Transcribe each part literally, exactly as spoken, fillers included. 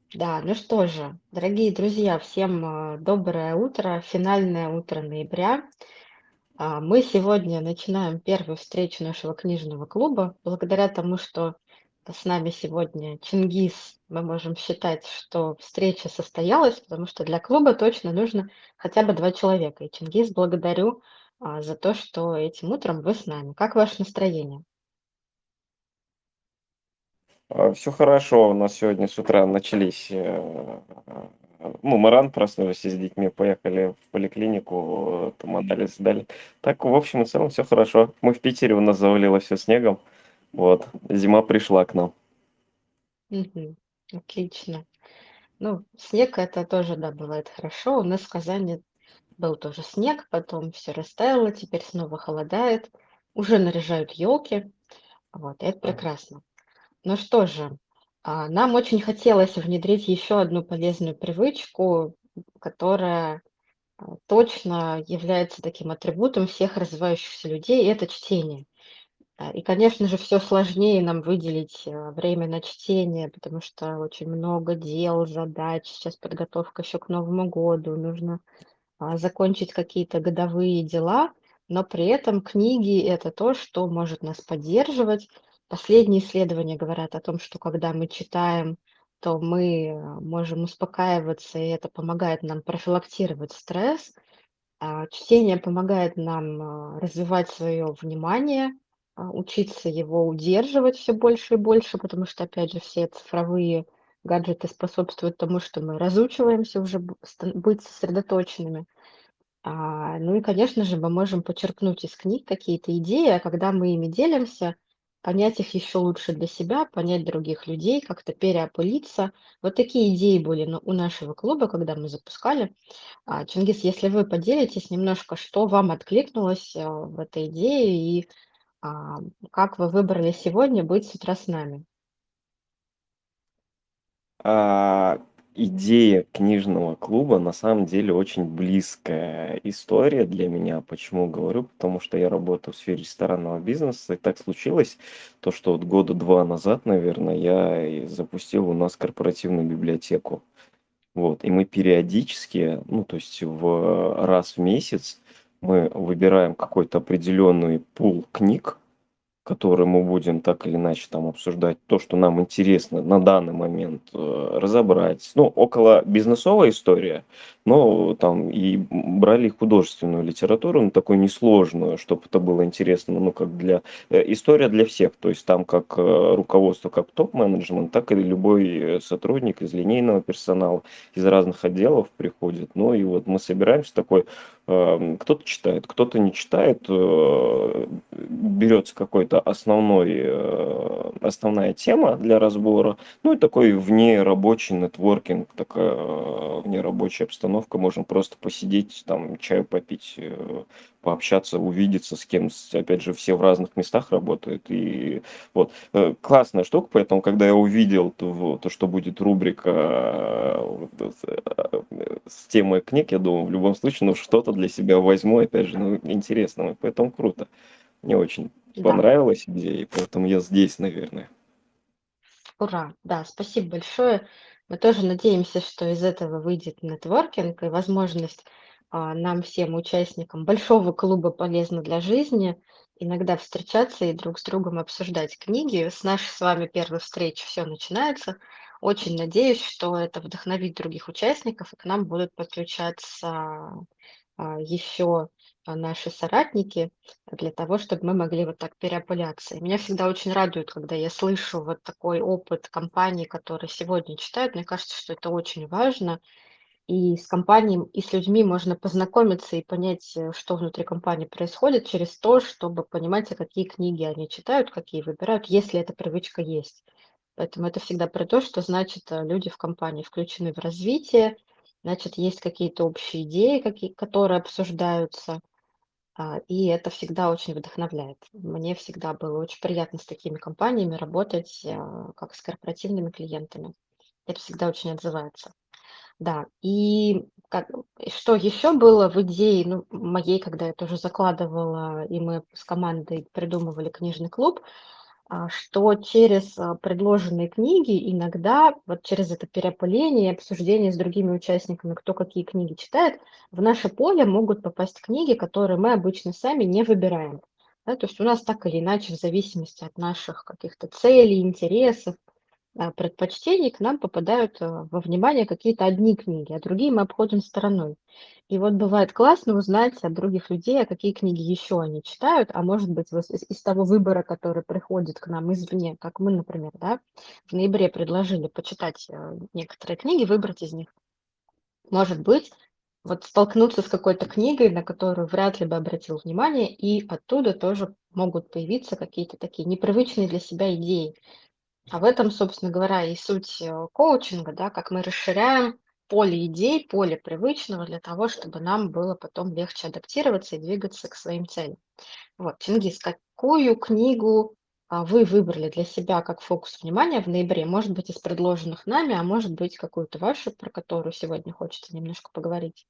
Да, ну что же, дорогие друзья, всем а, доброе утро, финальное утро ноября. А, Мы сегодня начинаем первую встречу нашего книжного клуба. Благодаря тому, что с нами сегодня Чингис, мы можем считать, что встреча состоялась, потому что для клуба точно нужно хотя бы два человека. И Чингис, благодарю а, за то, что этим утром вы с нами. Как ваше настроение? Все хорошо. У нас сегодня с утра начались, э, ну, мы рано проснулись и с детьми поехали в поликлинику, э, там анализ сдали. Так, в общем и целом все хорошо. Мы в Питере, у нас завалило все снегом. Вот, зима пришла к нам. Мгм. Отлично. Ну, снег это тоже, да, бывает хорошо. У нас в Казани был тоже снег, потом все растаяло, теперь снова холодает, уже наряжают елки, вот, и это прекрасно. Ну что же, а, нам очень хотелось внедрить еще одну полезную привычку, которая а, точно является таким атрибутом всех развивающихся людей, и это чтение. А, И, конечно же, все сложнее нам выделить а, время на чтение, потому что очень много дел, задач, сейчас подготовка еще к Новому году, нужно а, закончить какие-то годовые дела, но при этом книги– это то, что может нас поддерживать. Последние исследования говорят о том, что когда мы читаем, то мы а, можем успокаиваться, и это помогает нам профилактировать стресс. А, Чтение помогает нам а, развивать свое внимание, а, учиться его удерживать все больше и больше, потому что, опять же, все цифровые гаджеты способствуют тому, что мы разучиваемся уже б- стан- быть сосредоточенными. А, ну и, конечно же, мы можем почерпнуть из книг какие-то идеи, а когда мы ими делимся, понять их еще лучше для себя, понять других людей, как-то переопылиться. Вот такие идеи были на- у нашего клуба, когда мы запускали. А, Чингис, если вы поделитесь немножко, что вам откликнулось а, в этой идее и а, как вы выбрали сегодня быть с утра с нами? А, Идея книжного клуба на самом деле очень близкая история для меня. Почему говорю? Потому что я работаю в сфере ресторанного бизнеса, и так случилось, то, что вот года два назад, наверное, я и запустил у нас корпоративную библиотеку. Вот, и мы периодически, ну, то есть в раз в месяц мы выбираем какой-то определенный пул книг, которые мы будем так или иначе там обсуждать, то, что нам интересно на данный момент э, разобрать. Ну, около бизнесовая история, но там и брали художественную литературу, ну, такую несложную, чтобы это было интересно, ну, как для... э, История для всех, то есть там как э, руководство, как топ-менеджмент, так и любой э, сотрудник из линейного персонала, из разных отделов приходит. Ну, и вот мы собираемся такой, э, кто-то читает, кто-то не читает, э, берется какой-то основной, э, основная тема для разбора, ну и такой вне рабочий нетворкинг, такая э, вне рабочая обстановка, можем просто посидеть, там чаю попить, э, пообщаться, увидеться с кем, с- опять же, все в разных местах работают, и вот, э, классная штука, поэтому, когда я увидел то, в- то, что будет рубрика э, вот, э, с темой книг, я думаю, в любом случае, ну, что-то для себя возьму, опять же, ну, интересно, поэтому круто. Мне очень Да. понравилась идея, и поэтому я здесь, наверное. Ура! Да, спасибо большое. Мы тоже надеемся, что из этого выйдет нетворкинг и возможность а, нам, всем участникам большого клуба «Полезно для жизни», иногда встречаться и друг с другом обсуждать книги. С нашей с вами первой встречи все начинается. Очень надеюсь, что это вдохновит других участников, и к нам будут подключаться а, еще а, наши соратники для того, чтобы мы могли вот так переопыляться. И меня всегда очень радует, когда я слышу вот такой опыт компаний, которые сегодня читают. Мне кажется, что это очень важно. И с компанией, и с людьми можно познакомиться и понять, э, что внутри компании происходит через то, чтобы понимать, а какие книги они читают, какие выбирают, если эта привычка есть. Поэтому это всегда про то, что значит, э, люди в компании включены в развитие, значит, есть какие-то общие идеи, какие, которые обсуждаются, а, и это всегда очень вдохновляет. Мне всегда было очень приятно с такими компаниями работать, а, как с корпоративными клиентами. Это всегда очень отзывается. Да, и как, и что еще было в идее, ну, моей, когда я тоже закладывала, и мы с командой придумывали книжный клуб, а, что через а, предложенные книги иногда, вот через это переопыление и обсуждение с другими участниками, кто какие книги читает, в наше поле могут попасть книги, которые мы обычно сами не выбираем. Да, то есть у нас так или иначе, в зависимости от наших каких-то целей, интересов, а, предпочтений, к нам попадают а, во внимание какие-то одни книги, а другие мы обходим стороной. И вот бывает классно узнать от других людей, а какие книги еще они читают, а может быть, вот из, из того выбора, который приходит к нам извне, как мы, например, да, в ноябре предложили почитать э, некоторые книги, выбрать из них. Может быть, вот столкнуться с какой-то книгой, на которую вряд ли бы обратил внимание, и оттуда тоже могут появиться какие-то такие непривычные для себя идеи. А в этом, собственно говоря, и суть э, коучинга, да, как мы расширяем поле идей, поле привычного для того, чтобы нам было потом легче адаптироваться и двигаться к своим целям. Вот, Чингис, какую книгу а, вы выбрали для себя как фокус внимания в ноябре? Может быть, из предложенных нами, а может быть, какую-то вашу, про которую сегодня хочется немножко поговорить.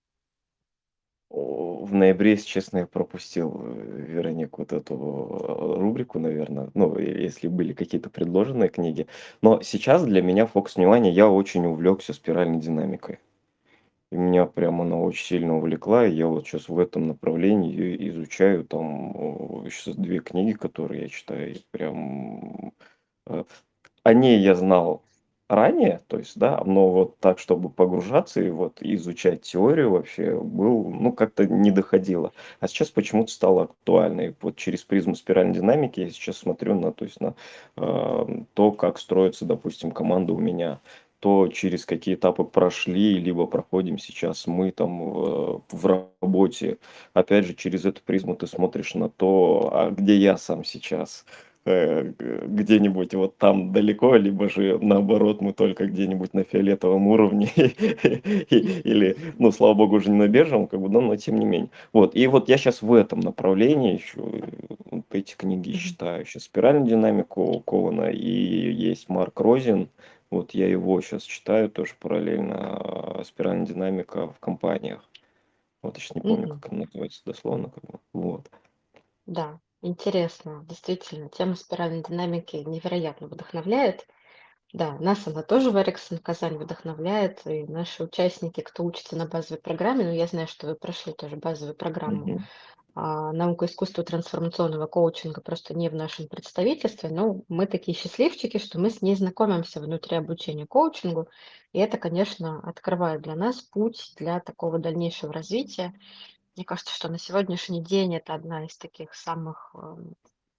О, в ноябре, если честно, я пропустил, э, Веронику, вот эту, э, рубрику, наверно. Ну, е если были какие-то предложенные книги. Но сейчас для меня фокус внимания, я очень увлекся спиральной динамикой. И меня прям она очень сильно увлекла. И я вот сейчас в этом направлении её изучаю. Там, сейчас две книги, которые я читаю, и прям, э, о ней я знал ранее, то есть, да, но вот так, чтобы погружаться и вот изучать теорию вообще, был, ну, как-то не доходило. А сейчас почему-то стало актуально. И вот через призму спиральной динамики я сейчас смотрю на, то есть, на, а, то, как строится, допустим, команда у меня, то, через какие этапы прошли, либо проходим сейчас мы там в в работе. Опять же, через эту призму ты смотришь на то, а где я сам сейчас. Э, г где-нибудь вот там далеко, либо же наоборот, мы только где-нибудь на фиолетовом уровне и или, ну, слава богу, уже не на бежевом, как бы, да, но тем не менее. Вот, и вот я сейчас в этом направлении еще, э, вот эти книги Мгм. читаю. Сейчас "Спиральную динамику" Кована и есть Марк Розин. Вот я его сейчас читаю тоже параллельно, а, "Спиральная динамика в компаниях". Вот я щас не помню, Мгм. как она называется дословно, как бы. Вот. Да, интересно. Действительно, тема спиральной динамики невероятно вдохновляет. Да, нас она тоже в Эриксон Казань вдохновляет, и наши участники, кто учится на базовой программе, ну, я знаю, что вы прошли тоже базовую программу Мгм. а, «Наука искусства трансформационного коучинга», просто не в нашем представительстве, но мы такие счастливчики, что мы с ней знакомимся внутри обучения коучингу, и это, конечно, открывает для нас путь для такого дальнейшего развития. Мне кажется, что на сегодняшний день это одна из таких самых эм,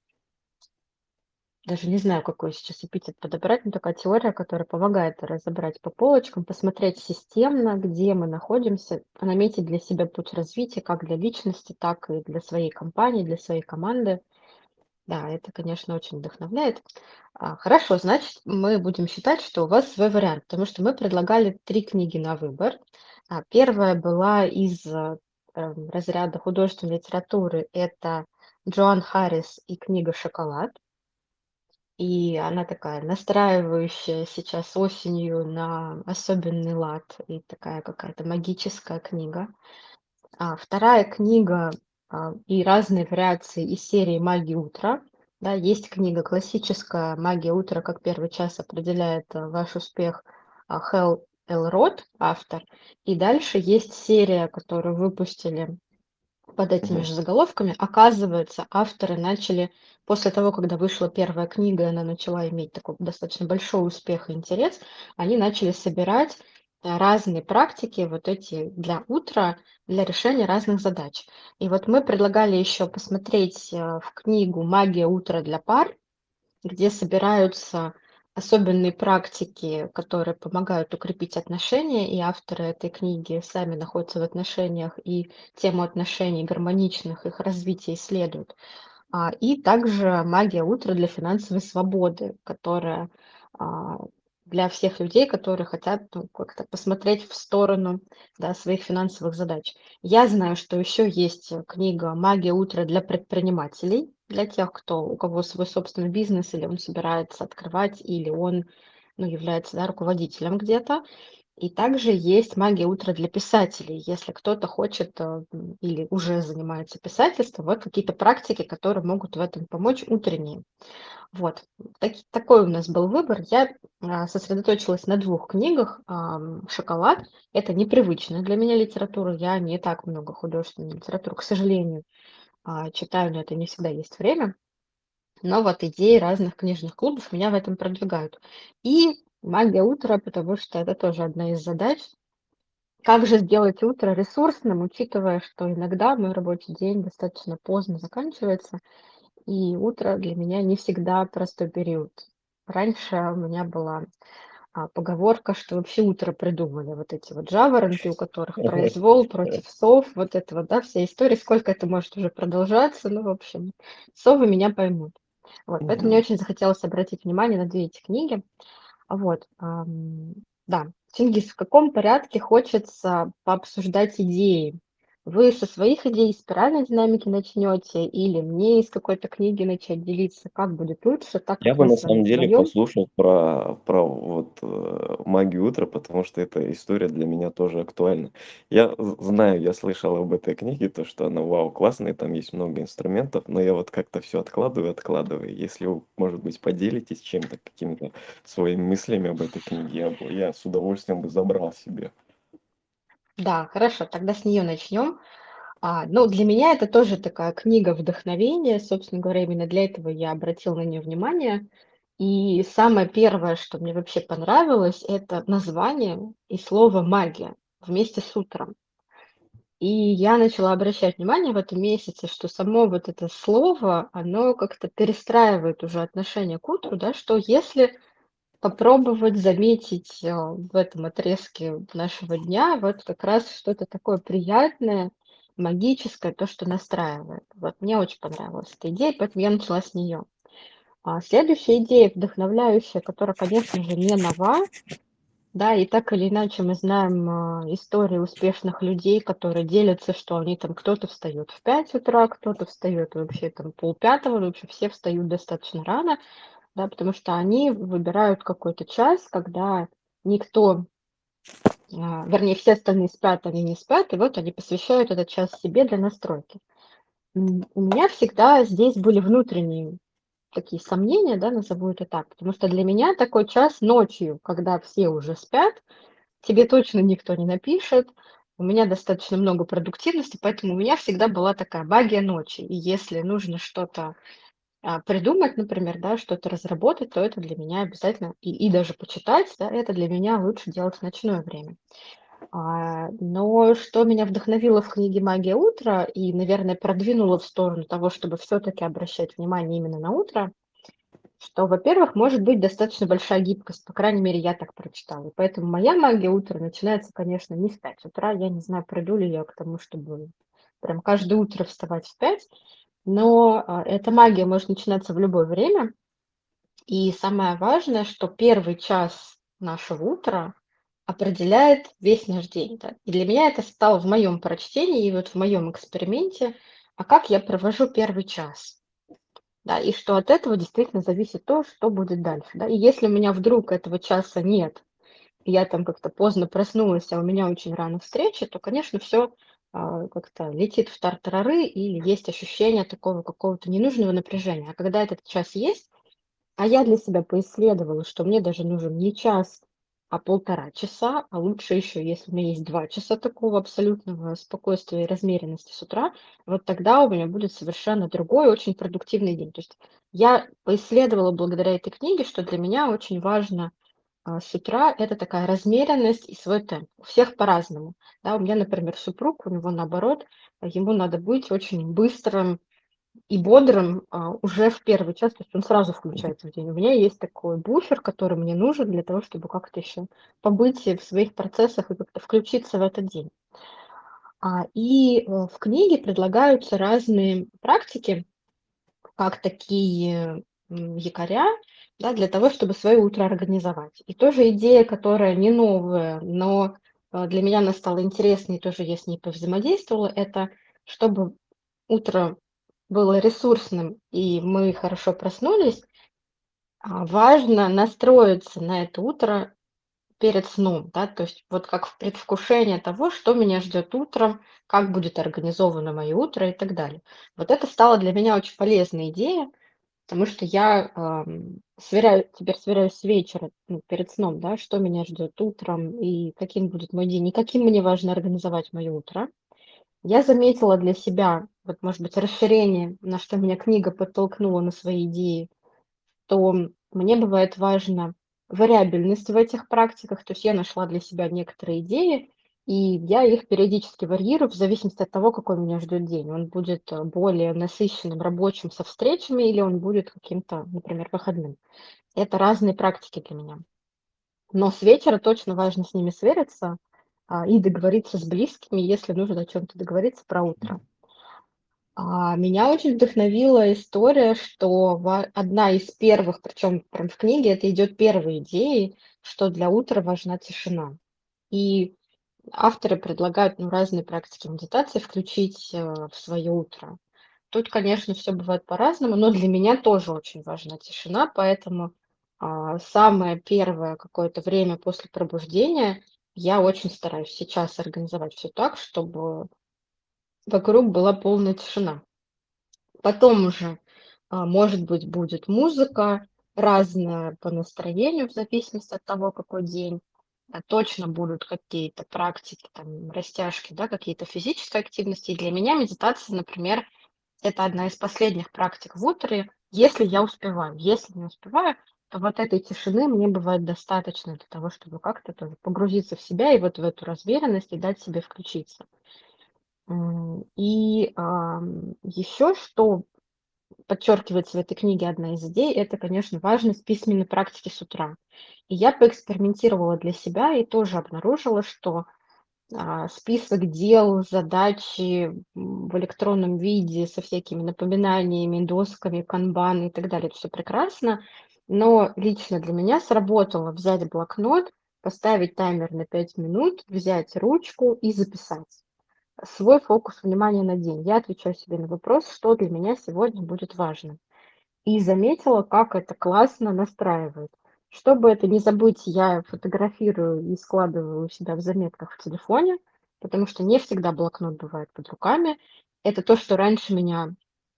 даже не знаю, какой сейчас эпитет подобрать, но такая теория, которая помогает разобрать по полочкам, посмотреть системно, где мы находимся, наметить для себя путь развития как для личности, так и для своей компании, для своей команды. Да, это, конечно, очень вдохновляет. А, Хорошо, значит, мы будем считать, что у вас свой вариант, потому что мы предлагали три книги на выбор. А, Первая была из э, эм, разряда художественной литературы. Это Джоан Харрис и книга «Шоколад». И она такая настраивающая сейчас осенью на особенный лад и такая какая-то магическая книга. А вторая книга, а, и разные вариации из серии "Магия утра". Да, есть книга классическая "Магия утра. Как первый час определяет, а, ваш успех", а, Хелл Элрод автор. И дальше есть серия, которую выпустили под этими Мгм. же заголовками. Оказывается, авторы начали после того, когда вышла первая книга, и она начала иметь такой достаточно большой успех и интерес, они начали собирать э, разные практики, вот эти для утра, для решения разных задач. И вот мы предлагали еще посмотреть э, в книгу "Магия утра для пар", где собираются особенные практики, которые помогают укрепить отношения, и авторы этой книги сами находятся в отношениях, и тему отношений гармоничных, их развития исследуют. А, и также "Магия утра" для финансовой свободы, которая, а, для всех людей, которые хотят, ну, как-то посмотреть в сторону, да, своих финансовых задач. Я знаю, что еще есть, э, книга "Магия утра" для предпринимателей, для тех, кто у кого свой собственный бизнес, или он собирается открывать, или он, ну, является, да, руководителем где-то. И также есть "Магия утра" для писателей. Если кто-то хочет, э, м, или уже занимается писательством, вот какие-то практики, которые могут в этом помочь, утренние. Вот, таки такой у нас был выбор. Я, а, сосредоточилась на двух книгах. Ам, "Шоколад"- это непривычная для меня литература. Я не так много художественной литературы, к сожалению, а, читаю, на это не всегда есть время. Но вот идеи разных книжных клубов меня в этом продвигают. И "Магия утра", потому что это тоже одна из задач. Как же сделать утро ресурсным, учитывая, что иногда мой рабочий день достаточно поздно заканчивается, и утро для меня не всегда простой период. Раньше у меня была, а, поговорка, что вообще утро придумали вот эти вот жаворонки, у которых произвол против сов. Вот это вот, да, вся история. Сколько это может уже продолжаться? Ну, в общем, совы меня поймут. Вот, поэтому мне Мгм. очень захотелось обратить внимание на две эти книги. А вот, ам, да. Чингис, в каком порядке хочется пообсуждать идеи? Вы со своих идей спиральной динамики начнете или мне из какой-то книги начать делиться? Как будет лучше, так Я как бы мы на с вами самом деле вдвоем? послушал про про вот, э, "Магию утра", потому что эта история для меня тоже актуальна. Я з знаю, я слышал об этой книге, то, что она, вау, классная, там есть много инструментов, но я вот как-то все откладываю, откладываю. Если вы, может быть, поделитесь чем-то, какими-то своими мыслями об этой книге, я бы я с удовольствием бы забрал себе. Да, хорошо, тогда с нее начнем. А, ну, для меня это тоже такая книга вдохновения. Собственно говоря, именно для этого я обратила на нее внимание. И самое первое, что мне вообще понравилось, это название и слово "магия" вместе с утром. И я начала обращать внимание в этом месяце, что само вот это слово, оно как-то перестраивает уже отношение к утру, да, что если попробовать заметить, а, в этом отрезке нашего дня вот как раз что-то такое приятное, магическое, то, что настраивает. Вот мне очень понравилась эта идея, поэтому я начала с нее. А следующая идея, вдохновляющая, которая, конечно же, не нова, да, и так или иначе мы знаем, а, истории успешных людей, которые делятся, что они там кто-то встает в пять утра, кто-то встает вообще там полпятого, ну, в общем, все встают достаточно рано, да, потому что они выбирают какой-то час, когда никто, а, вернее, все остальные спят, они не спят, и вот они посвящают этот час себе для настройки. М, у меня всегда здесь были внутренние такие сомнения, да, назову это так, потому что для меня такой час ночью, когда все уже спят, тебе точно никто не напишет. У меня достаточно много продуктивности, поэтому у меня всегда была такая магия ночи. И если нужно что-то, а, придумать, например, да, что-то разработать, то это для меня обязательно и и даже почитать, да, это для меня лучше делать в ночное время. А, но что меня вдохновило в книге "Магия утра" и, наверное, продвинуло в сторону того, чтобы все таки обращать внимание именно на утро, что, во-первых, может быть достаточно большая гибкость, по крайней мере, я так прочитала. И поэтому моя магия утра начинается, конечно, не с пяти утра. Я не знаю, приду ли я к тому, чтобы прям каждое утро вставать в пять, но, а, эта магия может начинаться в любое время. И самое важное, что первый час нашего утра определяет весь наш день, да. И для меня это стало в моем прочтении и вот в моем эксперименте, а как я провожу первый час. Да, и что от этого действительно зависит то, что будет дальше, да. И если у меня вдруг этого часа нет, и я там как-то поздно проснулась, а у меня очень рано встреча, то, конечно, все как-то летит в тартарары или есть ощущение такого какого-то ненужного напряжения. А когда этот час есть, а я для себя поисследовала, что мне даже нужен не час, а полтора часа, а лучше еще, если у меня есть два часа такого абсолютного спокойствия и размеренности с утра, вот тогда у меня будет совершенно другой, очень продуктивный день. То есть я поисследовала благодаря этой книге, что для меня очень важно, а, с утра- это такая размеренность и свой темп. У всех по-разному. Да, у меня, например, супруг, у него наоборот, а, ему надо быть очень быстрым, и бодрым, а, уже в первый час, то есть он сразу включается в день. У меня есть такой буфер, который мне нужен для того, чтобы как-то еще побыть в своих процессах и как-то включиться в этот день. А, и, э, в книге предлагаются разные практики, как такие, м, якоря, да, для того, чтобы свое утро организовать. И тоже идея, которая не новая, но, а, для меня она стала интересной, и тоже я с ней повзаимодействовала- это чтобы утро было ресурсным и мы хорошо проснулись, а, важно настроиться на это утро перед сном, да, то есть вот как в предвкушение того, что меня ждет утром, как будет организовано мое утро и так далее. Вот это стало для меня очень полезной идеей, Потому что я, ам, сверяю теперь сверяюсь с вечера, ну, перед сном, да, что меня ждет утром и каким будет мой день, и каким мне важно организовать моё утро. Я заметила для себя, вот, может быть, расширение, на что меня книга подтолкнула на свои идеи, то мне бывает важна вариабельность в этих практиках. То есть я нашла для себя некоторые идеи, и я их периодически варьирую в зависимости от того, какой меня ждет день. Он будет э, более насыщенным, рабочим, со встречами, или он будет каким-то, например, выходным. Это разные практики для меня. Но с вечера точно важно с ними свериться а, и договориться с близкими, если нужно о чем-то договориться про утро. А, меня очень вдохновила история, что ва одна из первых, причем прям в книге это идет первой идеей, что для утра важна тишина. И авторы предлагают, ну, разные практики медитации включить, э, в свое утро. Тут, конечно, все бывает по-разному, но для меня тоже очень важна тишина, поэтому, а, самое первое какое-то время после пробуждения я очень стараюсь сейчас организовать все так, чтобы вокруг была полная тишина. Потом уже, а, может быть, будет музыка разная по настроению, в зависимости от того, какой день. А, точно будут какие-то практики, там, растяжки, да, какие-то физические активности. И для меня медитация, например, это одна из последних практик в утре, если я успеваю. Если не успеваю, то вот этой тишины мне бывает достаточно для того, чтобы как-то тоже погрузиться в себя и вот в эту размеренность и дать себе включиться. М, и, еще что подчеркивается в этой книге одна из идей, это, конечно, важность письменной практики с утра. И я поэкспериментировала для себя и тоже обнаружила, что а, список дел, задачи м, в электронном виде со всякими напоминаниями, досками, канбан и так далее, это все прекрасно. Но лично для меня сработало взять блокнот, поставить таймер на пять минут, взять ручку и записать свой фокус внимания на день. Я отвечаю себе на вопрос, что для меня сегодня будет важно. И заметила, как это классно настраивает. Чтобы это не забыть, я фотографирую и складываю у себя в заметках в телефоне, потому что не всегда блокнот бывает под руками. Это то, что раньше меня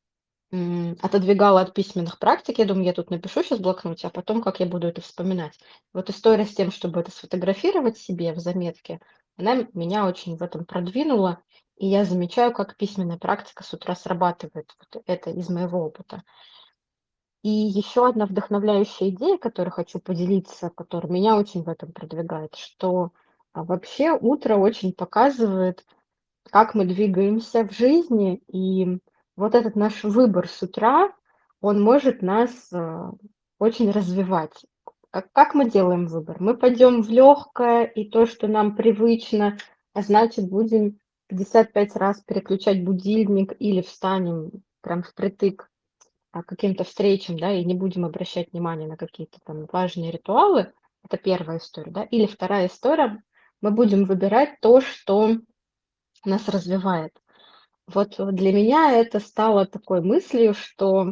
м, отодвигало от письменных практик. Я думаю, я тут напишу сейчас в блокноте, а потом как я буду это вспоминать. Вот история с тем, чтобы это сфотографировать себе в заметке, она меня очень в этом продвинула. И я замечаю, как письменная практика с утра срабатывает. Вот это из моего опыта. И еще одна вдохновляющая идея, которой хочу поделиться, которая меня очень в этом продвигает, что а, вообще утро очень показывает, как мы двигаемся в жизни, и вот этот наш выбор с утра, он может нас а, очень развивать. Как, как мы делаем выбор? Мы пойдем в легкое и то, что нам привычно, а значит, будем пятьдесят пять раз переключать будильник или встанем прям впритык а, каким-то встречам, да, и не будем обращать внимание на какие-то там важные ритуалы. Это первая история, да. Или вторая история, мы будем выбирать то, что нас развивает. Вот э, для меня это стало такой мыслью, что,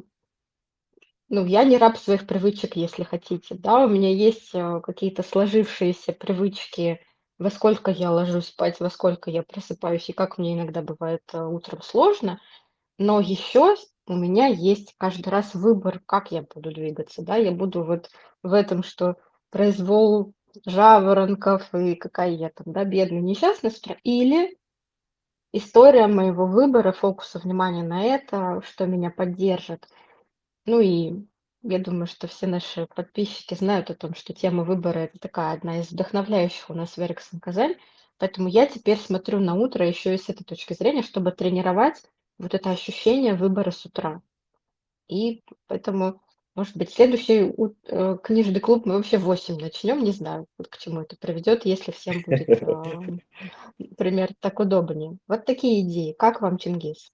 ну, я не раб своих привычек, если хотите, да. У меня есть э, какие-то сложившиеся привычки, во сколько я ложусь спать, во сколько я просыпаюсь, и как мне иногда бывает э, утром сложно. Но еще у меня есть каждый раз выбор, как я буду двигаться, да. Я буду вот в этом, что произвол жаворонков и какая я там, да, бедная, несчастная с утра. Или история моего выбора, фокуса внимания на это, что меня поддержит. Ну и я думаю, что все наши подписчики знают о том, что тема выбора — это такая одна из вдохновляющих у нас в Эриксон Казань. Поэтому я теперь смотрю на утро еще и с этой точки зрения, чтобы тренировать вот это ощущение выбора с утра. И поэтому, может быть, следующий ут- э, книжный клуб мы вообще в восемь начнем, не знаю, вот к чему это приведет, если всем будет, а, например, так удобнее. Вот такие идеи. Как вам, Чингис?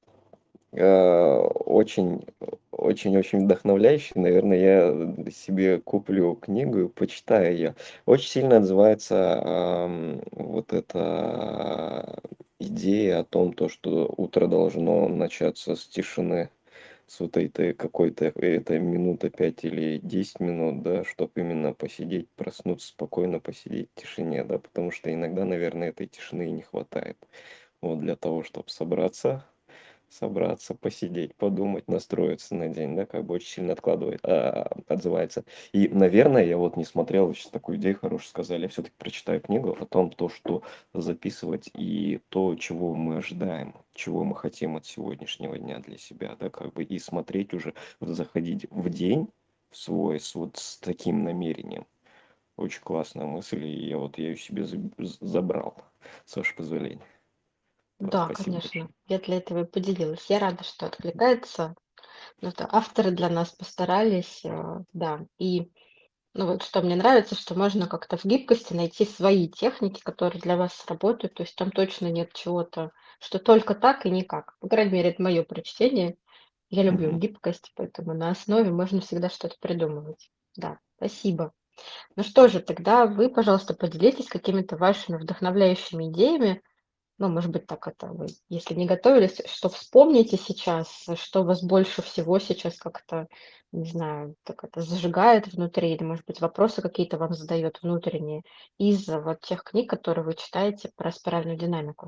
Э, очень, очень-очень вдохновляющий. Наверное, я себе куплю книгу и почитаю ее. Очень сильно отзывается ам, вот эта идея о том, то, что утро должно начаться с тишины, с вот этой какой-то, это минута пять или десять минут, да, чтобы именно посидеть, проснуться спокойно, посидеть в тишине, да, потому что иногда, наверное, этой тишины и не хватает. Вот для того, чтобы собраться, собраться, посидеть, подумать, настроиться на день, да, как бы очень сильно откладывает, а, отзывается. И, наверное, я вот не смотрел, вы сейчас такую идею хорошую сказали, я все-таки прочитаю книгу о том, то, что записывать и то, чего мы ожидаем, чего мы хотим от сегодняшнего дня для себя, да, как бы и смотреть уже, вот заходить в день в свой с вот с таким намерением. Очень классная мысль, и я вот ее себе заб- забрал, с вашего позволения. Вот, Да, спасибо конечно. большое. Я для этого и поделилась. Я рада, что откликается. Ну, это авторы для нас постарались, э, да. И, ну, вот что мне нравится, что можно как-то в гибкости найти свои техники, которые для вас сработают. То есть там точно нет чего-то, что только так и никак. По крайней мере, это мое прочтение. Я люблю Мгм. гибкость, поэтому на основе можно всегда что-то придумывать. Да, спасибо. Ну что же, тогда вы, пожалуйста, поделитесь какими-то вашими вдохновляющими идеями. Ну, может быть, так это вы, если не готовились, что вспомните сейчас, что вас больше всего сейчас как-то, не знаю, так это зажигает внутри, или, может быть, вопросы какие-то вам задает внутренние из вот тех книг, которые вы читаете про спиральную динамику.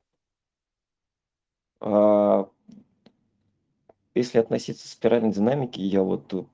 А, Если относиться к спиральной динамике, я вот э,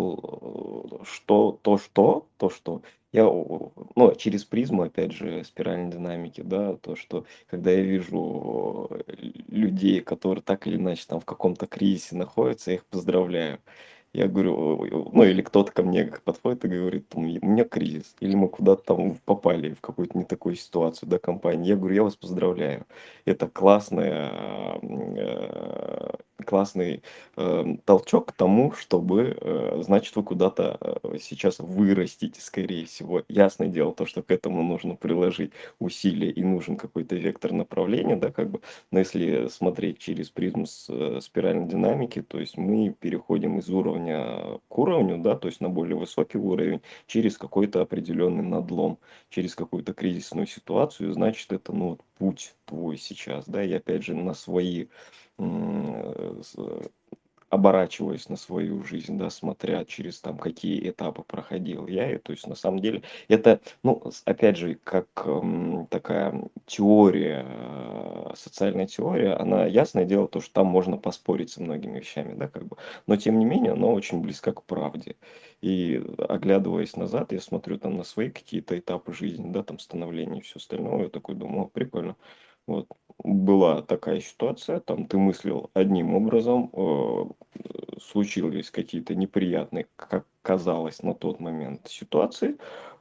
понял, э, что то, что, то, что я, о, ну, через призму, опять же, спиральной динамики, да, то, что когда я вижу э, людей, которые так или иначе там в каком-то кризисе находятся, я их поздравляю. Я говорю, ой, ой, ну или кто-то ко мне подходит и говорит, там, у меня кризис, или мы куда-то там попали в какую-то не такую ситуацию, да, компании. Я говорю, я вас поздравляю. Это классная, м, э, классный э, толчок к тому, чтобы, э, значит, вы куда-то э, сейчас вырастите, скорее всего. Ясное дело, то, что к этому нужно приложить усилия и нужен какой-то вектор направления, да, как бы. Но если смотреть через призму с, э, спиральной динамики, то есть мы переходим из уровня к уровню, да, то есть на более высокий уровень через какой-то определенный надлом, через какую-то кризисную ситуацию, значит, это, ну, вот путь твой сейчас, да, и опять же на свои м, э, оборачиваясь на свою жизнь, да, смотря через там какие этапы проходил я. И то есть на самом деле это, ну, с- опять же, как м, такая теория, э, социальная теория, она, ясное дело, то, что там можно поспорить со многими вещами, да, как бы, но тем не менее, она очень близка к правде. И оглядываясь назад, я смотрю там на свои какие-то этапы жизни, да, там становления и все остальное, я такой думаю, «О, прикольно. Вот была такая ситуация, там ты мыслил одним образом, э, случились какие-то неприятные, как казалось на тот момент, ситуации,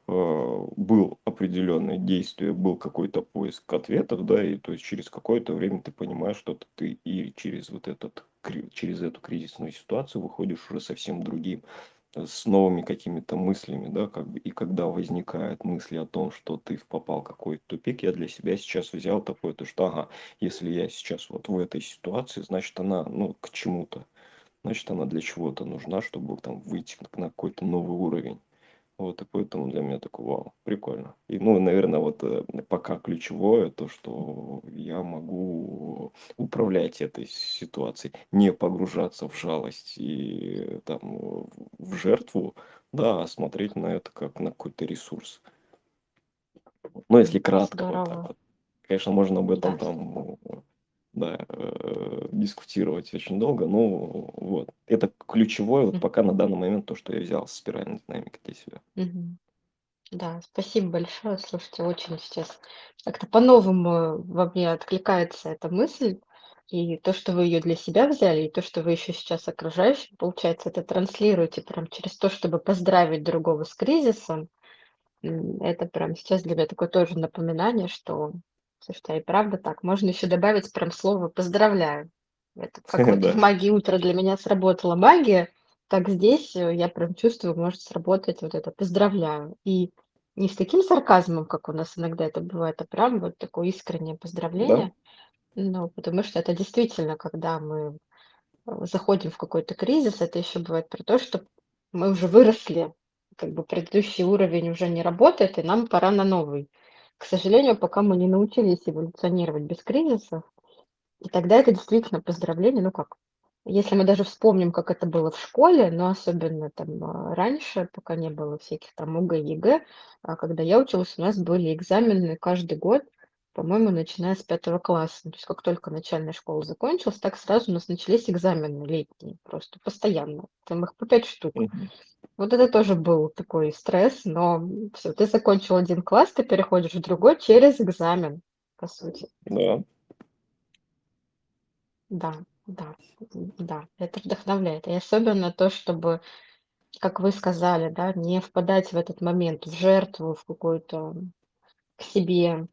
э, был определенное действие, был какой-то поиск ответов, да, и то есть через какое-то время ты понимаешь, что ты и через вот этот, кри- через эту кризисную ситуацию выходишь уже совсем другим, э, с новыми какими-то мыслями, да, как бы, и когда возникают мысли о том, что ты попал в какой-то тупик, я для себя сейчас взял такое, то что, ага, если я сейчас вот в этой ситуации, значит, она, ну, к чему-то. Значит, она для чего-то нужна, чтобы там выйти на какой-то новый уровень. Вот, и поэтому для меня такой, вау, прикольно. И, ну, наверное, вот э, пока ключевое то, что я могу управлять этой ситуацией, не погружаться в жалость и э, там э, в жертву, да, а смотреть на это как на какой-то ресурс. Ну, если М, кратко, вот так Здорово. вот. Конечно, можно об этом Да. там, э, да, э, дискутировать очень долго, но вот. Это ключевое вот М, пока на данный момент то, что я взял с спиральной динамикой для себя. мгм. Да, спасибо большое. Слушайте, очень сейчас как-то по-новому во мне откликается эта мысль. И то, что вы ее для себя взяли, и то, что вы еще сейчас окружающим, получается, это транслируете прям через то, чтобы поздравить другого с кризисом. М, Это прям сейчас для меня такое тоже напоминание, что, слушайте, а и правда так. Можно еще добавить прям слово «поздравляю». Это как вот в Да, магии утра для меня сработала магия, так здесь э, я прям чувствую, может сработать вот это «поздравляю». И не с таким сарказмом, как у нас иногда это бывает, а прям вот такое искреннее да, поздравление. Ну, потому что это действительно, когда мы э, заходим в какой-то кризис, это еще бывает про то, что мы уже выросли, как бы предыдущий уровень уже не работает, и нам пора на новый. К сожалению, пока мы не научились эволюционировать без кризиса, и тогда это действительно поздравление, ну как, если мы даже вспомним, как это было в школе, но особенно там а, раньше, пока не было всяких там ОГЭ, ЕГЭ, а когда я училась, у нас были экзамены каждый год, по-моему, начиная с пятого класса. То есть как только начальная школа закончилась, так сразу у нас начались экзамены летние, просто постоянно. Там их по пять штук. Мгм. Вот это тоже был такой стресс, но все, ты закончил один класс, ты переходишь в другой через экзамен, по сути. Да. Да, да, м, да, это вдохновляет. И особенно то, чтобы, как вы сказали, да, не впадать в этот момент в жертву, в какую-то к себе,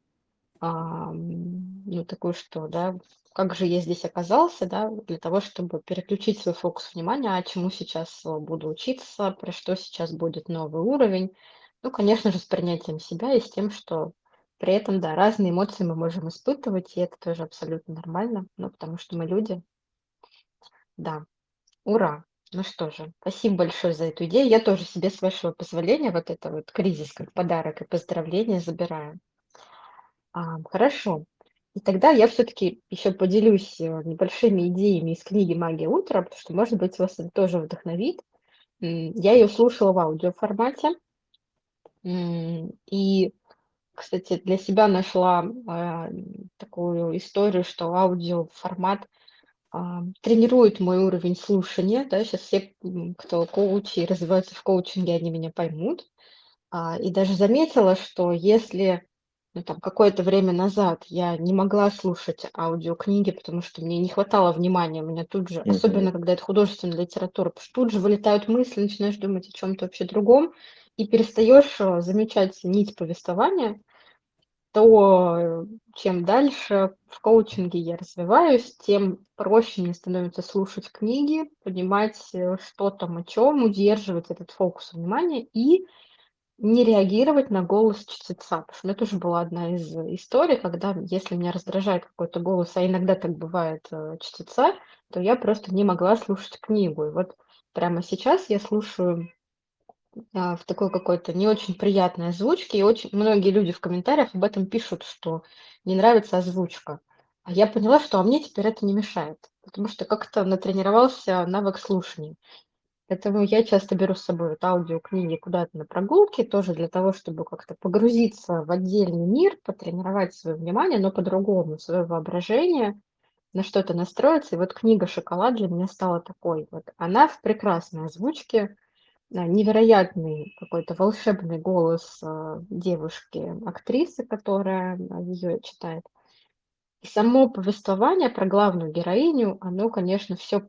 ам, ну, такую, что, да, как же я здесь оказался, да, для того, чтобы переключить свой фокус внимания, а чему сейчас э, буду учиться, про что сейчас будет новый уровень. Ну, конечно же, с принятием себя и с тем, что при этом, да, разные эмоции мы можем испытывать, и это тоже абсолютно нормально, ну, потому что мы люди, да. Ура! Ну что же, спасибо большое за эту идею. Я тоже себе, с вашего позволения, вот это вот кризис как подарок и поздравление забираю. А, хорошо. И тогда я все-таки еще поделюсь э, небольшими идеями из книги «Магия утра», потому что, может быть, вас это тоже вдохновит. М, Я ее слушала в аудиоформате. м, И, кстати, для себя нашла а, м, такую историю, что аудиоформат а, тренирует мой уровень слушания. Да, сейчас все, м, кто коучи и развиваются в коучинге, они меня поймут. А, и даже заметила, что если, ну, там, какое-то время назад я не могла слушать аудиокниги, потому что мне не хватало внимания, у меня тут же, Мгм. особенно когда это художественная литература, потому что тут же вылетают мысли, начинаешь думать о чем-то вообще другом, и перестаешь э, замечать нить повествования, то э, чем дальше в коучинге я развиваюсь, тем проще мне становится слушать книги, понимать, э, что там о чем, удерживать этот фокус внимания и не реагировать на голос чтеца, потому что у меня тоже была одна из историй, когда, если меня раздражает какой-то голос, а иногда так бывает, э, чтеца, то я просто не могла слушать книгу. И вот прямо сейчас я слушаю, а, в такой какой-то не очень приятной озвучке, и очень многие люди в комментариях об этом пишут, что не нравится озвучка. А я поняла, что а мне теперь это не мешает, потому что как-то натренировался навык слушания. Поэтому я часто беру с собой вот аудиокниги куда-то на прогулки, тоже для того, чтобы как-то погрузиться в отдельный мир, потренировать свое внимание, но по-другому, свое воображение, на что-то настроиться. И вот книга «Шоколад» для меня стала такой. Вот она в прекрасной озвучке, а, невероятный какой-то волшебный голос а, девушки, актрисы, которая ее читает. И само повествование про главную героиню, оно, конечно, все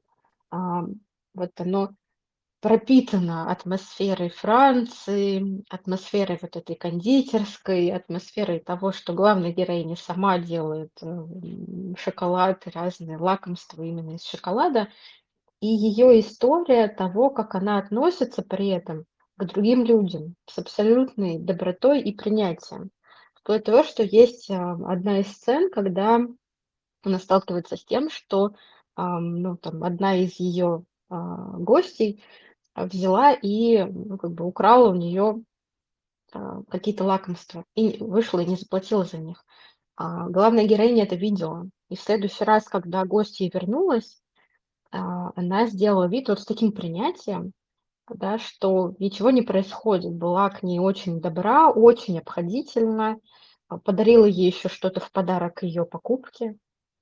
вот оно пропитана атмосферой Франции, атмосферой вот этой кондитерской, атмосферой того, что главная героиня сама делает, э, м, шоколад и разные лакомства именно из шоколада. И ее история того, как она относится при этом к другим людям с абсолютной добротой и принятием. Вплоть до того, что есть, а, одна из сцен, когда она сталкивается с тем, что, ам, ну, там одна из ее, а, гостей а, взяла и, ну, как бы украла у нее какие-то лакомства и вышла и не заплатила за них. А главная героиня это видела. И в следующий раз, когда гостья вернулась, а, она сделала вид вот с таким принятием, да, что ничего не происходит. Была к ней очень добра, очень обходительна, а, подарила ей еще что-то в подарок к ее покупке.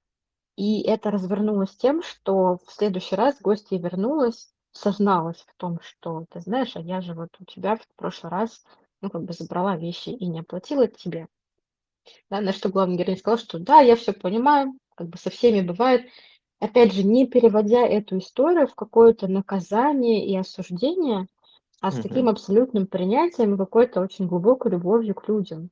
И это развернулось тем, что в следующий раз гостья вернулась, созналась в том, что: "Ты знаешь, а я же вот у тебя в прошлый раз, ну, как бы забрала вещи и не оплатила тебе". Да, на что главный герой сказал, что: "Да, я все понимаю, как бы со всеми бывает". Опять же, не переводя эту историю в какое-то наказание и осуждение, а с таким Мгм. абсолютным принятием и какой-то очень глубокой любовью к людям.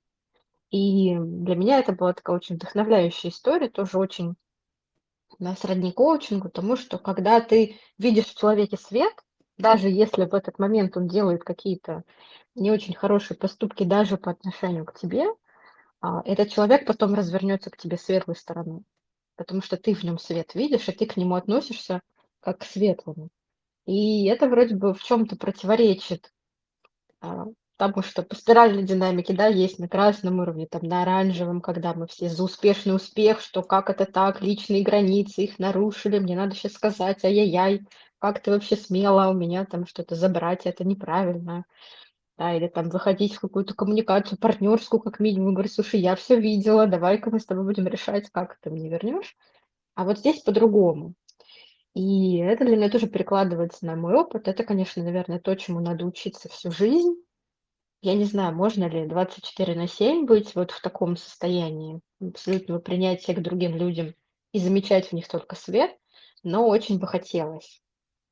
И для меня это была такая очень вдохновляющая история, тоже очень, да, сродни коучингу, тому, что когда ты видишь в человеке свет, даже если в этот момент он делает какие-то не очень хорошие поступки даже по отношению к тебе, а, этот человек потом развернется к тебе светлой стороной, потому что ты в нем свет видишь, и ты к нему относишься как к светлому. И это вроде бы в чем-то противоречит а, потому что по спиральной динамике, да, есть на красном уровне, там на оранжевом, когда мы все за успешный успех, что как это так, личные границы, их нарушили, мне надо сейчас сказать, ай-яй-яй, как ты вообще смела у меня там что-то забрать, это неправильно. да, или там выходить в какую-то коммуникацию партнерскую как минимум, говорить: "Слушай, я все видела, давай-ка мы с тобой будем решать, как ты мне вернешь". А вот здесь по-другому. И это для меня тоже перекладывается на мой опыт. Это, конечно, наверное, то, чему надо учиться всю жизнь. Я не знаю, можно ли двадцать четыре на семь быть вот в таком состоянии абсолютного принятия к другим людям и замечать в них только свет, но очень бы хотелось.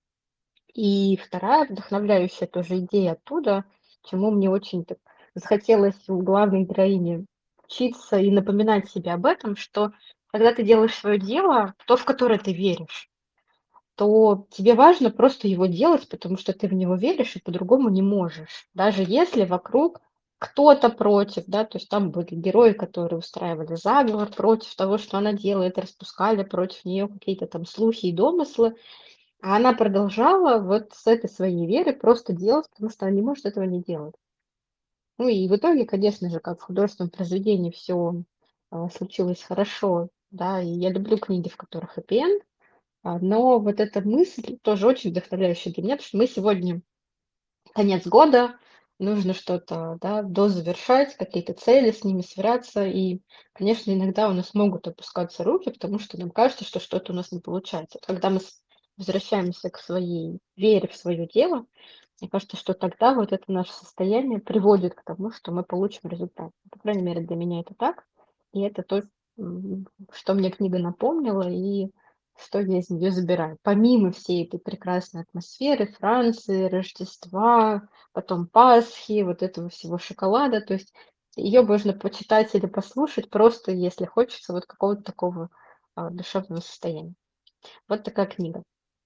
И вторая вдохновляющая тоже идея оттуда, чему мне очень так захотелось у главной героини учиться и напоминать себе об этом, что когда ты делаешь свое дело, то, в которое ты веришь, то тебе важно просто его делать, потому что ты в него веришь и по-другому не можешь. Даже если вокруг кто-то против, да, то есть там были герои, которые устраивали заговор против того, что она делает, распускали против нее какие-то там слухи и домыслы, а она продолжала вот с этой своей верой просто делать, потому что она не может этого не делать. Ну и в итоге, конечно же, как в художественном произведении все случилось хорошо, да, и я люблю книги, в которых хэппи-энд, а, но вот эта мысль тоже очень вдохновляющая для меня, потому что мы сегодня конец года, нужно что-то, да, дозавершать, какие-то цели, с ними сверяться. И, конечно, иногда у нас могут опускаться руки, потому что нам кажется, что что-то у нас не получается. Когда мы с- возвращаемся к своей вере в свое дело, мне кажется, что тогда вот это наше состояние приводит к тому, что мы получим результат. По крайней мере, для меня это так. И это то, м, что мне книга напомнила и что я из нее забираю. Помимо всей этой прекрасной атмосферы Франции, Рождества, потом Пасхи, вот этого всего шоколада, то есть ее можно почитать или послушать просто, если хочется вот какого-то такого а, душевного состояния. Вот такая книга.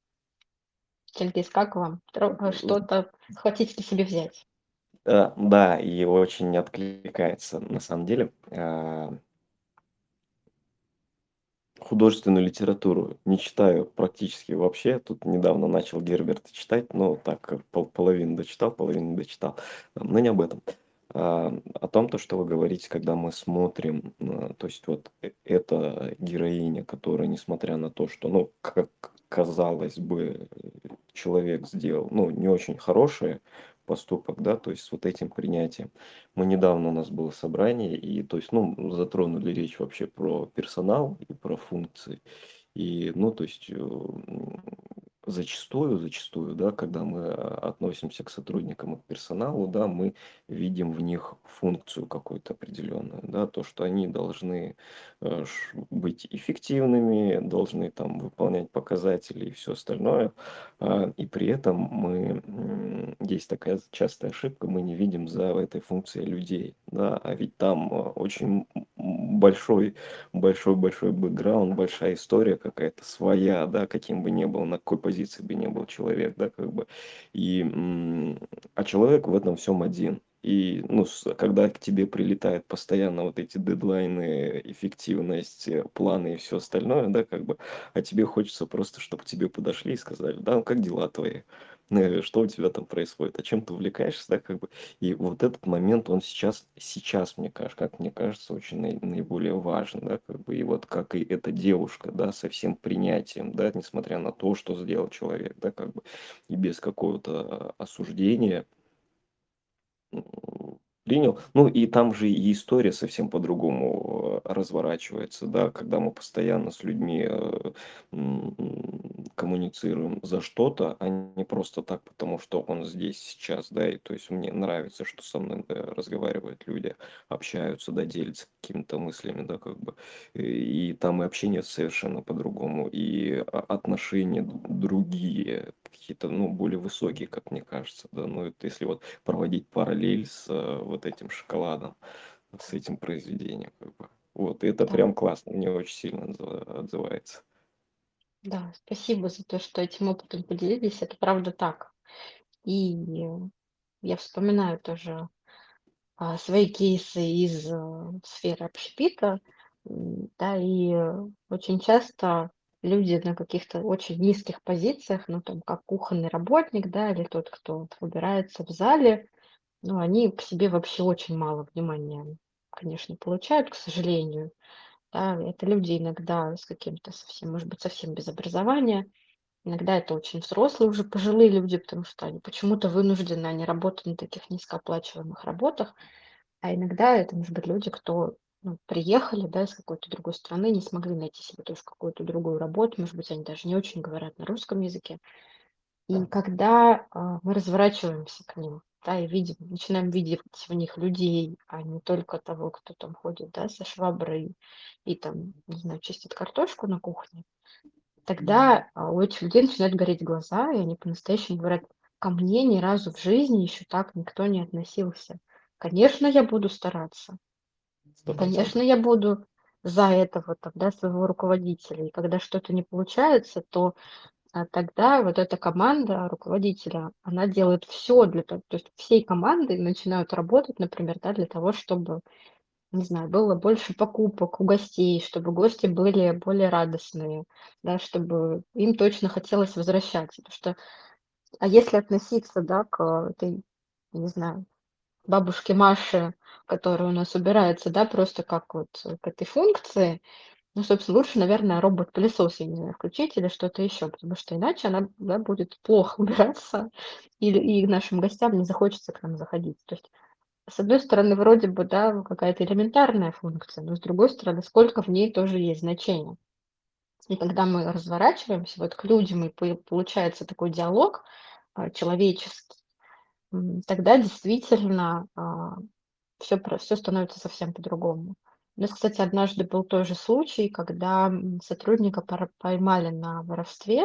Чингис, как вам? Тро- э, Что-то хотите ли себе взять? Э, да, и очень откликается на самом деле. А, Художественную литературу не читаю практически вообще. Тут недавно начал Герберта читать, но так как пол половину дочитал, половину не дочитал. А, но не об этом. А, о том, то, что вы говорите, когда мы смотрим, а, то есть вот э эта героиня, которая, несмотря на то, что, ну, как казалось бы, человек сделал, ну, не очень хороший поступок, да, то есть с вот этим принятием. Мы недавно у нас было собрание, и то есть, ну, затронули речь вообще про персонал и про функции. И, ну, то есть, э, м, зачастую, зачастую, да, когда мы а, относимся к сотрудникам и к персоналу, да, мы видим в них функцию какую-то определенную, да, то, что они должны э, ш- быть эффективными, должны там выполнять показатели и все остальное. А, И при этом мы, м, есть такая частая ошибка, мы не видим за этой функцией людей, да, а ведь там э, очень м, большой большой-большой бэкграунд, большая история какая-то своя, да, каким бы ни был, на какой позиции бы ни был человек, да, как бы. И, м, а человек в этом всем один. И, ну, с- когда к тебе прилетают постоянно вот эти дедлайны, эффективность, э, планы и все остальное, да, как бы, а тебе хочется просто, чтобы к тебе подошли и сказали, да, ну как дела твои? Э, Что у тебя там происходит? А чем ты увлекаешься, да, как бы. И вот этот момент, он сейчас, сейчас, мне кажется, как мне кажется, очень наи- наиболее важен, да, как бы, и вот как и эта девушка, да, со всем принятием, да, несмотря на то, что сделал человек, да, как бы, и без какого-то а, осуждения, м, принял. Ну, и там же и история совсем по-другому э, разворачивается, да, когда мы постоянно с людьми э, м, коммуницируем за что-то, а не просто так, потому что он здесь сейчас, да, и то есть мне нравится, что со мной да, разговаривают люди, общаются, да, делятся какими-то мыслями, да, как бы, и, и там и общение совершенно по-другому, и а, отношения д- другие, какие-то, ну, более высокие, как мне кажется, да, ну, это если вот проводить параллель с э, вот этим шоколадом, с этим произведением, как бы. Вот, и это Да, прям классно, мне очень сильно отзыва- отзывается. да, спасибо за то, что этим опытом поделились. Это правда так. И э, я вспоминаю тоже а, свои кейсы из э, сферы общепита. М, Да, и э, очень часто люди на каких-то очень низких позициях, ну, там, как кухонный работник, да, или тот, кто убирается в зале, ну, они к себе вообще очень мало внимания, конечно, получают, к сожалению. Да, это люди иногда с каким-то совсем, может быть, совсем без образования. Иногда это очень взрослые, уже пожилые люди, потому что они почему-то вынуждены, они работают на таких низкооплачиваемых работах. А иногда это, может быть, люди, кто, ну, приехали, да, из какой-то другой страны, не смогли найти себе тоже какую-то другую работу, может быть, они даже не очень говорят на русском языке. И когда, а, мы разворачиваемся к ним, да, и видим, начинаем видеть в них людей, а не только того, кто там ходит, да, со шваброй и там, не знаю, чистит картошку на кухне, тогда, а, у этих людей начинают гореть глаза, и они по-настоящему говорят: "Ко мне ни разу в жизни еще так никто не относился. Конечно, я буду стараться. Сто Конечно, процентов. я буду за этого там, да, своего руководителя". И когда что-то не получается, то, а, тогда вот эта команда руководителя, она делает все для того, то есть всей командой начинают работать, например, да, для того, чтобы, не знаю, было больше покупок у гостей, чтобы гости были более радостные, да, чтобы им точно хотелось возвращаться. Потому что, а если относиться, да, к этой, не знаю, бабушке Маше, которая у нас убирается, да, просто как вот э, к этой функции, ну, собственно, лучше, наверное, робот-пылесос, я не знаю, включить или что-то еще, потому что иначе она, да, будет плохо убираться, или и нашим гостям не захочется к нам заходить. То есть с одной стороны, вроде бы, да, какая-то элементарная функция, но с другой стороны, сколько в ней тоже есть значения. И когда мы разворачиваемся вот к людям, и по- получается такой диалог а, человеческий, м, тогда действительно все, все становится совсем по-другому. У нас, кстати, однажды был тоже случай, когда м, сотрудника пора- поймали на воровстве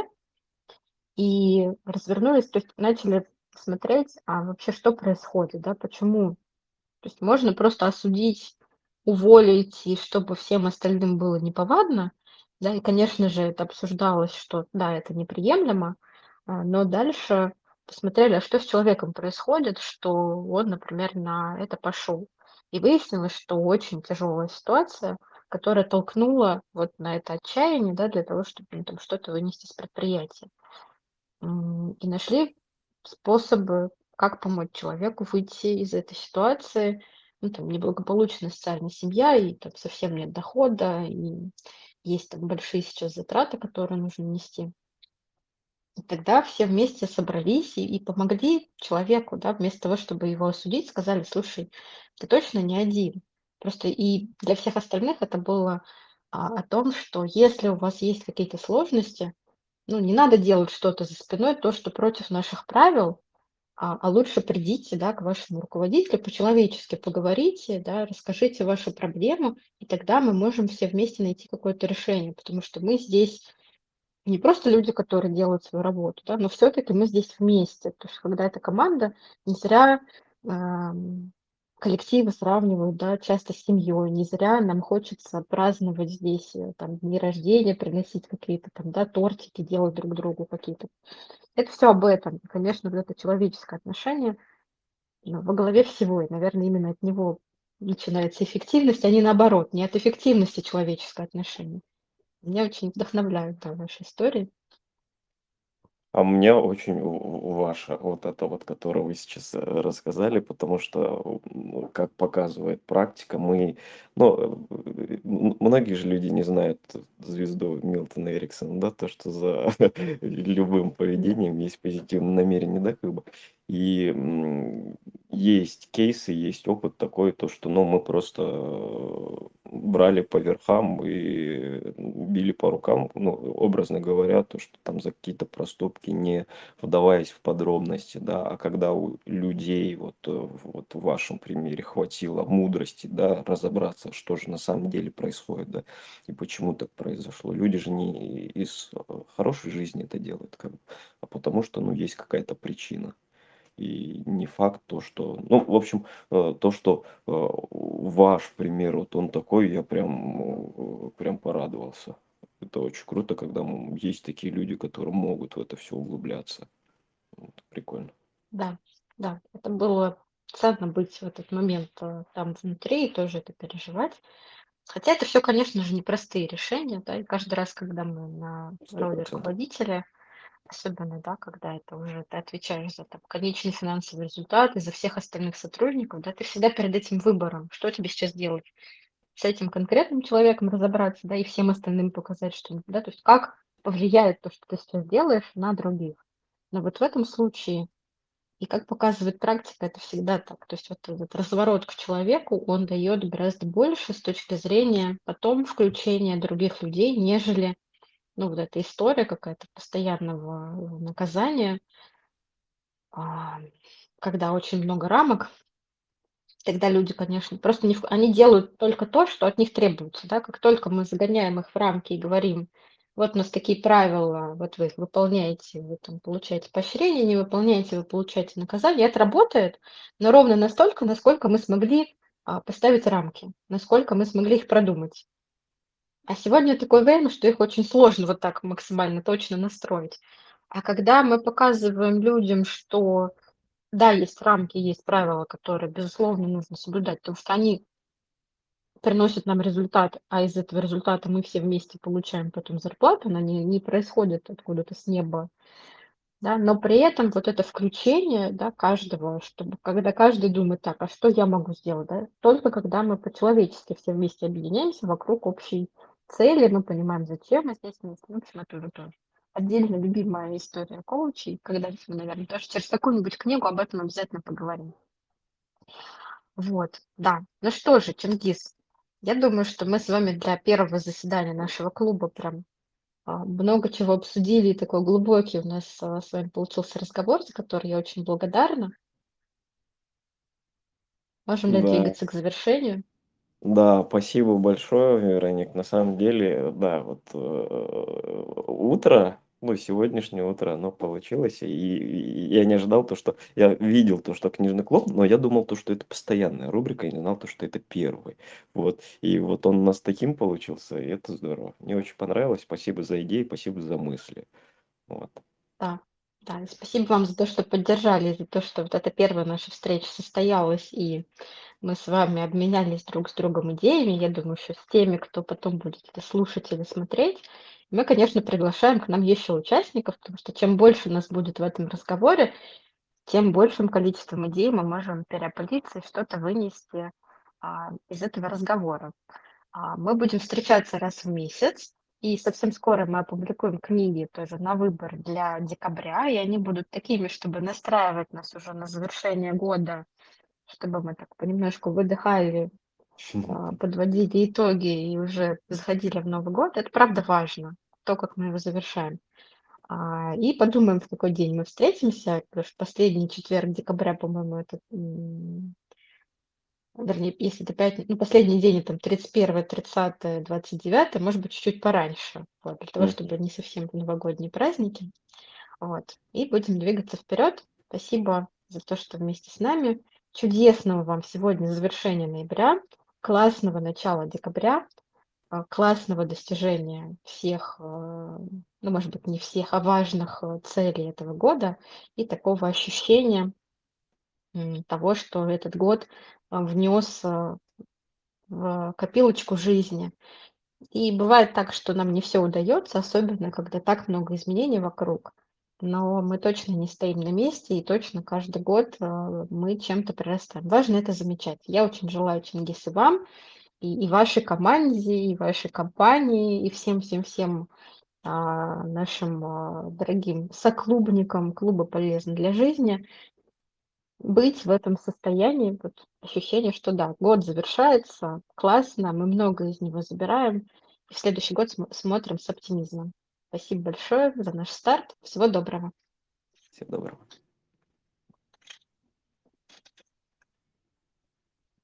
и развернулись, то есть начали смотреть, а вообще что происходит, да, почему. То есть можно просто осудить, уволить, и чтобы всем остальным было неповадно. Да, и, конечно же, это обсуждалось, что да, это неприемлемо, а, но дальше посмотрели, а что с человеком происходит, что он, например, на это пошел. И выяснилось, что очень тяжелая ситуация, которая толкнула вот на это отчаяние, да, для того, чтобы ну, там что-то вынести с предприятия. М, и нашли способы, как помочь человеку выйти из этой ситуации. Ну, там неблагополучная социальная семья, и там совсем нет дохода, и есть там большие сейчас затраты, которые нужно нести. И тогда все вместе собрались и, и помогли человеку, да, вместо того, чтобы его осудить, сказали: слушай, ты точно не один. Просто и для всех остальных это было а, о том, что если у вас есть какие-то сложности, ну, не надо делать что-то за спиной, то, что против наших правил, а, а лучше придите, да, к вашему руководителю, по-человечески поговорите, да, расскажите ваши проблемы, и тогда мы можем все вместе найти какое-то решение, потому что мы здесь не просто люди, которые делают свою работу, да, но все-таки мы здесь вместе. Потому что когда это команда, не зря ам, коллективы сравнивают, да, часто с семьей, не зря нам хочется праздновать здесь э, там дни рождения, приносить какие-то там, да, тортики, делать друг другу какие-то. Это все об этом. И, конечно, вот это человеческое отношение, ну, во главе всего, и, наверное, именно от него начинается эффективность, а не наоборот, не от эффективности человеческое отношение. Меня очень вдохновляют, да, ваши истории. А мне очень в в ваша вот это вот, которое вы сейчас, э, рассказали, потому что, ну, как показывает практика, мы, ну, э, м многие же люди не знают звезду Милтона Эриксона, да, то, что за любым поведением есть позитивное намерение, да, как бы. И, м, есть кейсы, есть опыт такой, то, что, ну, мы просто, э, брали по верхам и били по рукам, ну, образно говоря, то, что там за какие-то проступки, не вдаваясь в подробности, да, а когда у людей, вот, э, вот в вашем примере, хватило мудрости, да, разобраться, что же на самом деле происходит, да, и почему так произошло. Люди же не из э, хорошей жизни это делают, как бы, а потому что, ну, есть какая-то причина. И не факт то, что, ну, в общем, э, то, что э, ваш пример, вот он такой, я прям, э, прям порадовался. Это очень круто, когда м, есть такие люди, которые могут в это все углубляться. Вот, прикольно. Да, да, это было ценно быть в этот момент э, там внутри и тоже это переживать. Хотя это все, конечно же, непростые решения, да, и каждый раз, когда мы на Сто роли процентов. руководителя, особенно, да, когда это уже ты отвечаешь за там, конечный финансовый результат и за всех остальных сотрудников, да, ты всегда перед этим выбором, что тебе сейчас делать. С этим конкретным человеком разобраться, да, и всем остальным показать, что, да, то есть как повлияет то, что ты сейчас делаешь, на других. Но вот в этом случае, и как показывает практика, это всегда так. То есть вот этот разворот к человеку, он дает гораздо больше с точки зрения потом включения других людей, нежели, ну, вот эта история какая-то постоянного наказания, а, когда очень много рамок. Тогда люди, конечно, просто не в они делают только то, что от них требуется, да. Как только мы загоняем их в рамки и говорим: "Вот у нас такие правила, вот вы их выполняете, вы там получаете поощрение, не выполняете, вы получаете наказание". Это работает, но ровно настолько, насколько мы смогли, а, поставить рамки, насколько мы смогли их продумать. А сегодня такое время, что их очень сложно вот так максимально точно настроить. А когда мы показываем людям, что да, есть рамки, есть правила, которые, безусловно, нужно соблюдать, потому что они приносят нам результат, а из этого результата мы все вместе получаем потом зарплату, она не, не происходит откуда-то с неба, да, но при этом вот это включение, да, каждого, чтобы когда каждый думает, так, а что я могу сделать, да, только когда мы по-человечески все вместе объединяемся вокруг общей цели, мы понимаем, зачем мы здесь вместе, ну, в общем, это уже тоже отдельно любимая история коучей, когда-нибудь мы, наверное, даже через какую-нибудь книгу об этом обязательно поговорим. Вот, да. Ну что же, Чингис, я думаю, что мы с вами для первого заседания нашего клуба прям а, много чего обсудили, и такой глубокий у нас а, с вами получился разговор, за который я очень благодарна. Можем ли Да. двигаться к завершению? Да, спасибо большое, Вероник. На самом деле, да, вот э, утро, ну, сегодняшнее утро, оно получилось, и, и я не ожидал то, что я видел то, что книжный клуб, но я думал то, что это постоянная рубрика, и не знал то, что это первый. Вот, и вот он у нас таким получился, и это здорово. Мне очень понравилось, спасибо за идеи, спасибо за мысли. Вот. Да, да. И спасибо вам за то, что поддержали, за то, что вот эта первая наша встреча состоялась, и мы с вами обменялись друг с другом идеями. Я думаю, что с теми, кто потом будет это слушать или смотреть, мы, конечно, приглашаем к нам еще участников, потому что чем больше нас будет в этом разговоре, тем большим количеством идей мы можем переопределиться и что-то вынести а, из этого разговора. А, мы будем встречаться раз в месяц, и совсем скоро мы опубликуем книги тоже на выбор для декабря, и они будут такими, чтобы настраивать нас уже на завершение года, чтобы мы так понемножку выдыхали, а, подводили итоги и уже заходили в Новый год. Это правда важно, то, как мы его завершаем. А, и подумаем, в какой день мы встретимся, потому что последний четверг декабря, по-моему, это, м, вернее, если это пятница, ну, последний день, это там тридцать первое, тридцатое, двадцать девятое, может быть, чуть-чуть пораньше, вот, для того, Мгм. чтобы не совсем в новогодние праздники. Вот. И будем двигаться вперед. Спасибо за то, что вместе с нами. Чудесного вам сегодня завершения ноября, классного начала декабря, а, классного достижения всех, э, ну, может быть, не всех, а важных э, целей этого года и такого ощущения м, того, что этот год а, внес а, в копилочку жизни. И бывает так, что нам не все удается, особенно когда так много изменений вокруг. Но мы точно не стоим на месте, и точно каждый год а, мы чем-то прирастаем. Важно это замечать. Я очень желаю, Чингис, и вам, и, и вашей команде, и вашей компании, и всем-всем-всем а, нашим а, дорогим соклубникам клуба «Полезно для жизни» быть в этом состоянии, вот ощущение, что да, год завершается, классно, мы много из него забираем, и в следующий год смо- смотрим с оптимизмом. Спасибо большое за наш старт. Всего доброго. Всего доброго.